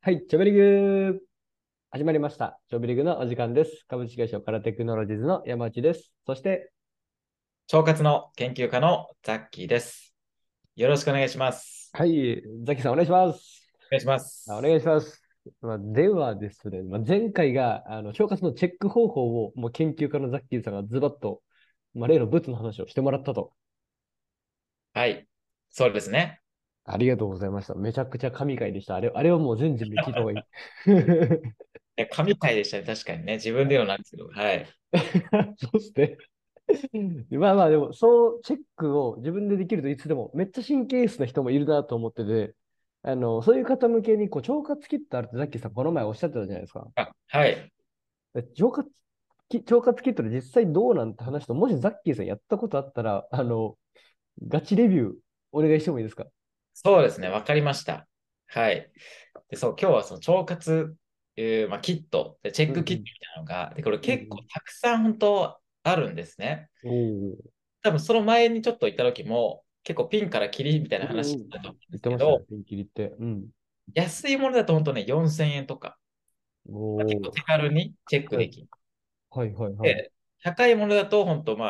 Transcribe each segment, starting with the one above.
はい、チョベリグ始まりました。チョベリグのお時間です。株式会社パラテクノロジーズの山内です。そして、 腸活の研究家のザッキーです。よろしくお願いします。 はい、ザキさんお願いします。 お願いしまお願す。 いします。ではですね、前回が腸活のチェック方法を研究家のザッキーさんがズバッと、例のブツの話をしてもらったと。 はい。そうですね。 ありがとうございました。めちゃくちゃ神回でした。あれはもう全人類聞いた方がいい。 神回でしたね。確かにね。自分でのなんですけど。はい。 そして、でも、そう、チェックを自分でできるといつでも、めっちゃ神経質な人もいるなと思ってて、そういう方向けに、腸活キットあるってさっきさん、この前おっしゃってたじゃないですか。 はい。 腸活キットで実際どうなんて話と、もしザッキーさんやったことあったら、ガチレビューお願いしてもいいですか？ そうですね。わかりました。はい。で、そう、今日はその腸活、キット、でチェックキットみうんたいなのが、で、これうん。 結構たくさん本当あるんですね。 おおー。 多分その前にちょっと言った時も、結構ピンからキリみたいなうんうん。 話だと思うんで言ってましたね、 すけど、 ピンキリって。うん。 安いものだと本当ね、4000円とか、 お結構手お。 軽にチェックはい。 できる。 はいはいはい。 で、高いものだと、本当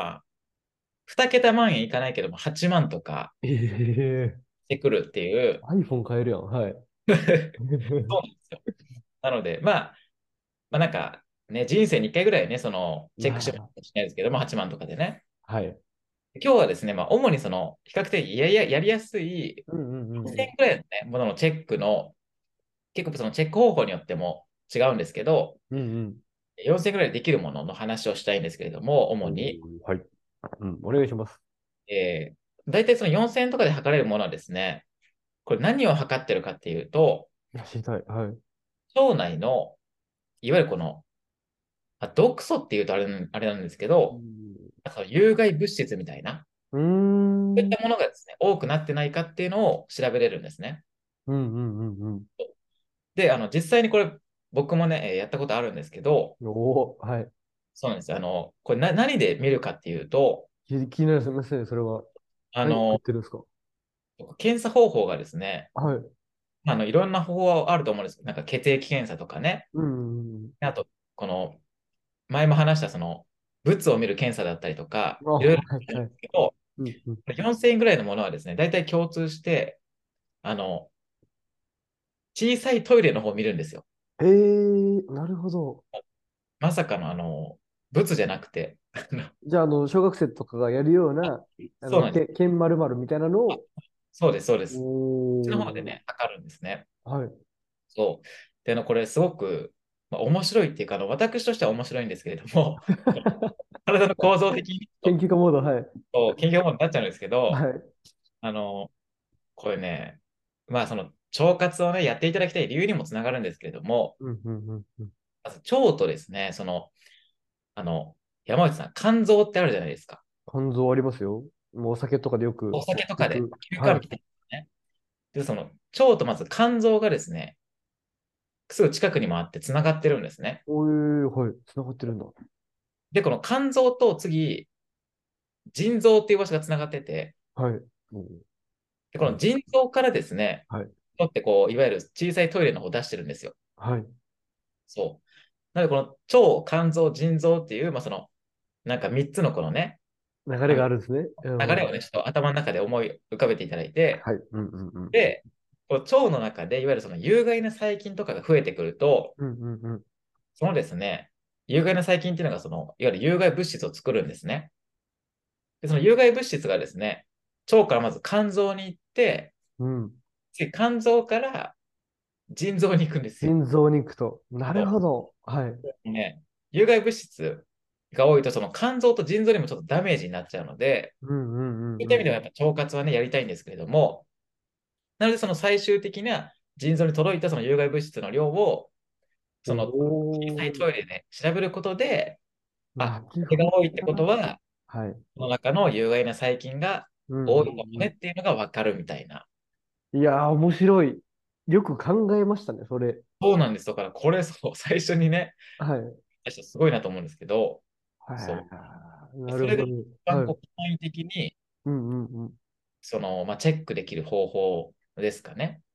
2桁万円いかないけども、8万とかええしてくるっていう、 iPhone 買えるやん。はい。 そうなんですよ。なので、なんか、ね、人生に1回ぐらいね、チェックしまないですけども、8万とかでね。 あ、はい。 今日はですね、主に比較的やりやすい、 うんうんうんう 1000 ん。 ぐらいのね、もののチェックの、結構そのチェック方法によっても違うんですけど、 うんうん。 4000ぐらいでできるものの話をしたいんですけれども、主に、 はい。うん、お願いします。 大体その4000円とかで測れるものはですね、これ何を測ってるかっていうと、 いや、知りたい。はい。 腸内の、いわゆる毒素っていうとあれなんですけど、なんか有害物質みたいな、 うん。うん。 そういったものがですね、多くなってないかっていうのを調べれるんですね。 うんうんうんうん。 で、実際にこれ、僕もね、やったことあるんですけど、 おお、はい。 そうなんですよ。これ何で見るかっていうと、 気になりますね、それは。何食っあの、 てるんですか？ 検査方法がですね、 はい。 いろんな方法はあると思うんですけど、なんか血液検査とかね、 うんうんうん。 あと、前も話した物を見る検査だったりとか、 あ、 いろいろはいはい。 あるんですけど、 うんうん。 4000円ぐらいのものはですね、大体共通して、あの、小さいトイレの方を見るんですよ。 ええー、なるほど。 まさかの物じゃなくて、 じゃあ、小学生とかがやるような、 そうなんです。 剣丸々みたいなのを、 そうです、そうです。こっちの方でおー、 ね、測るんですね。 はい。 そう。で、これすごく、面白いっていうか、私としては面白いんですけれども、体の構造的に研究家モード、はい。 研究本になっちゃうんですけど、 はい。 あの、これね、腸活をね、やっていただきたい理由にもつながるんですけれども、 うんうんうんうん。 まず腸とですね、あの、山内さん、肝臓ってあるじゃないですか。 肝臓ありますよ。もうお酒とかでよおく酒とかで、 聞く。 休はい。 肝みたいなね。で、腸とまず肝臓がですね、すぐ近くにもあってつながってるんですね。 おー、はい。繋がってるんだ。 で、この肝臓と次、腎臓っていう場所がつながってて、 はい。うんで、この腎臓からですね、 はい。 取っていわゆる小さいトイレの方を出してるんですよ。 はい。 そう。なので、この腸、肝臓、腎臓っていう、なんか3つのこのね、 流れあのがあるんですね。うん。 流れをね、ちょっと頭の中で思い浮かべていただいて、 はい。うんうんうん。 で、こう腸の中で、いわゆるその有害な細菌とかが増えてくると、 うんうんうん。 そのですね、有害な細菌っていうのが、いわゆる有害物質を作るんですね。で、その有害物質がですね、腸からまず肝臓に行って、 うん。 次肝臓から腎臓に行くんですよ。 腎臓に行くと。なるそほど。はい。 うね、有害物質が多いと、その肝臓と腎臓にもちょっとダメージになっちゃうので、 うんうんうんうん。 そういった意味ではやっぱ腸活はね、やりたいんですけれども、なのでその最終的な腎臓に届いたその有害物質の量を、 おその小さいー。 トイレで調べることで、 なるこれほどが多いってことな。 は、 はい。 この中の有害な細菌がうんうん多いかもねうん。 っていうのがわかるみたいな。 いやー、面白い。よく考えましたね、それ。 そうなんです。だからこれ最初にね、 はい。 すごいなと思うんですけど、そはい。 う。 なそれが一るほど。はい。 番簡易的に、 うんうんうん。 チェックできる方法ですかね。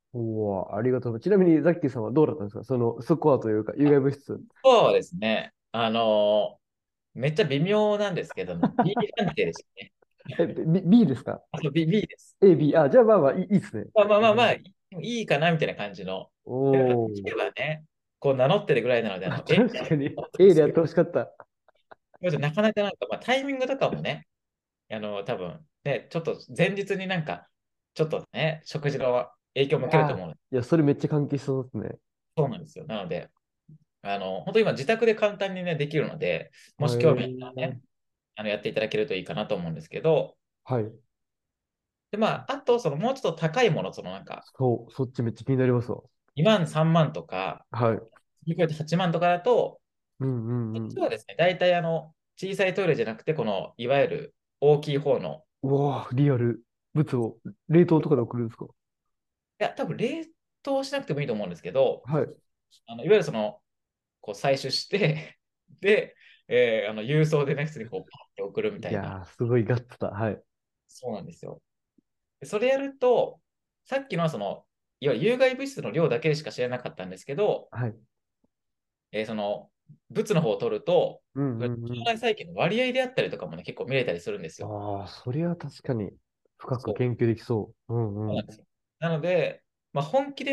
おー、ありがとう。ちなみに、ザッキーさんはどうだったんですか？そのスコアというか、有害物質。 そうですね。めっちゃ微妙なんですけども、B 判定でしたね。 B ですか？ B です。 A、B。あ、じゃあまあまあ、いいですね。 まあまあまあまあ、いいかなみたいな感じの。やっぱ、 おー。 ではね、こう名乗ってるぐらいなので、 あ、 A 確かに、 だったんで A ですけど、 やってほしかった。 なかなかなんか、まあ、タイミングとかもね、多分ね、ちょっと前日になんか、ちょっとね、食事の影響も受けるとああ、 思うので、 いや、それめっちゃ関係しそうですね。 そうなんですよ。なので、本当今自宅で簡単にね、できるので、もへし興味あったらえ。 ね、やっていただけるといいかなと思うんですけど、 はい。 で、まあ、あと、もうちょっと高いもの、 そう、そっちめっちゃ気になりますわ。 2万、3万とか、 はい。 次超えて8万とかだと、 うんうんうん。 実はですね、大体小さいトイレじゃなくて、いわゆる大きい方の、 うわー、リアル。物を冷凍とかで送るんですか？ いや、多分冷凍しなくてもいいと思うんですけど、 はい。 いわゆるこう採取して、で、郵送でね、普通にこう、パッて送るみたいな。 いやー、すごいガッツだ。はい。 そうなんですよ。でそれやると、さっきのいわゆる有害物質の量だけでしか知らなかったんですけど、 はい。 物の方を取ると、 うんこれうんうん。 腸内細菌の割合であったりとかもね、結構見れたりするんですよ。 ああ、それは確かに深くそう。 研究できそう。うんうん。 そうなんですよ。なので、まあ、本気で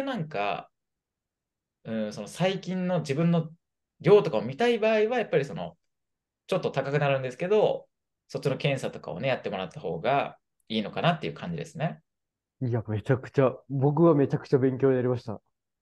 その細菌の自分の量とかを見たい場合は、やっぱりちょっと高くなるんですけど、そっちの検査とかをね、やってもらった方がいいのかなっていう感じですね。 いや、めちゃくちゃ、僕はめちゃくちゃ勉強になりました。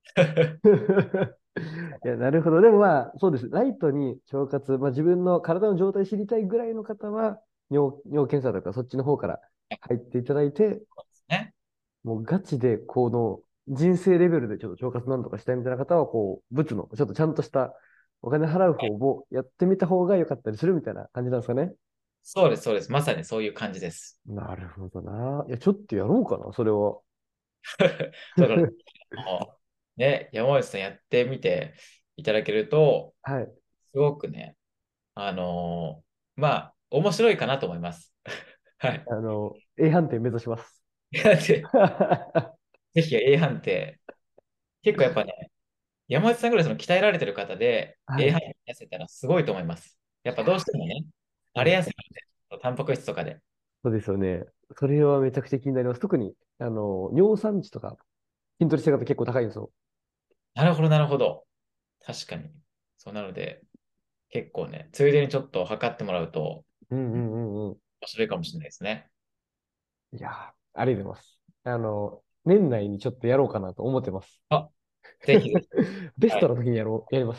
いや、なるほど。でもまあ、そうです。ライトに腸活、まあ自分の体の状態知りたいぐらいの方は、尿検査とかそっちの方から入っていただいて、 ね。 もうガチで、この人生レベルでちょっと腸活なんとかしたいみたいな方は、こう、物の、ちょっとちゃんとしたお金払う方をやってみた方が良かったりするみたいな感じなんですかね。 そうです、そうです。まさにそういう感じです。 なるほどな。いや、ちょっとやろうかな、それは。 だから、ね、山内さんやってみていただけると、 はい。 すごくね、まあ、面白いかなと思います。はい。 A 判定目指します。 でぜひ A 判定。結構やっぱね、山内さんぐらい鍛えられてる方では A い。 判定痩せたらすごいと思います。やっぱどうしてもね、 うん、 荒れやすいので、タンパク質とかで。 そうですよね。それはめちゃくちゃ気になります。特に、尿酸値とか筋トレしてる方結構高いんですよ。 なるほど、なるほど。確かに。そうなので、結構ね、ついでにちょっと測ってもらうとうんうんうんうん。 面白いかもしれないですね。 いやー、ありがとうございます。年内にちょっとやろうかなと思ってます。 あ、ぜひぜひ。 ベスはい。 トな時にやります。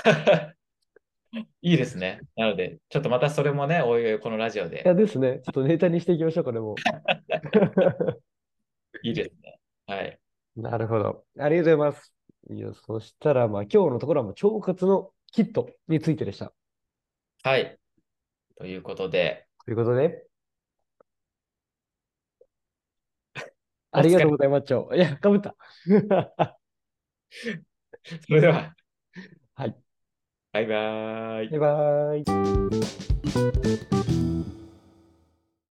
いいですね。なので、ちょっとまたそれもね、おいおいこのラジオいやで。 ですね。ちょっとネタにしていきましょう、これも。 いいですね。はい。 なるほど。ありがとうございます。いや、そしたら、まあ、今日のところはもう腸活のキットについてでした。 はい。ということで、 ということで、あお疲れ。 りがとうございます。いや、かぶった。 それでは、 はい。 バイバーイ。 バイバイ。